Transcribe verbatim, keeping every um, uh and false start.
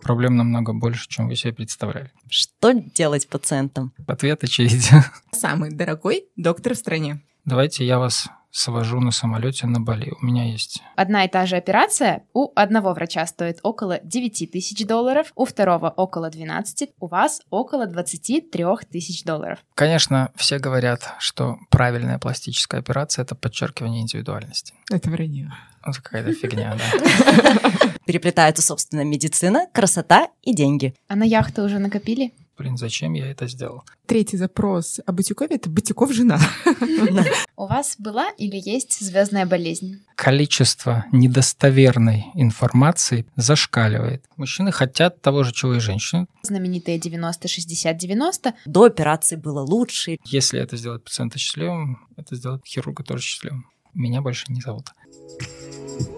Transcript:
проблем намного больше, чем вы себе представляли. Что делать пациентам? Ответ очевиден. Самый дорогой доктор в стране. Давайте я вас свожу на самолете на Бали. У меня есть... Одна и та же операция у одного врача стоит около девять тысяч долларов, у второго около двенадцать, у вас около двадцать три тысяч долларов. Конечно, все говорят, что правильная пластическая операция – это подчеркивание индивидуальности. Это вранье. Это какая-то фигня, да. Переплетается, собственно, медицина, красота и деньги. А на яхту уже накопили? Блин, зачем я это сделал? Третий запрос о Батюкове — это Батюков жена. У вас была или есть звездная болезнь? Количество недостоверной информации зашкаливает. Мужчины хотят того же, чего и женщины. Знаменитые девяносто шестьдесят девяносто. До операции было лучше. Если это сделать пациента счастливым, это сделает хирурга тоже счастливым. Меня больше не зовут.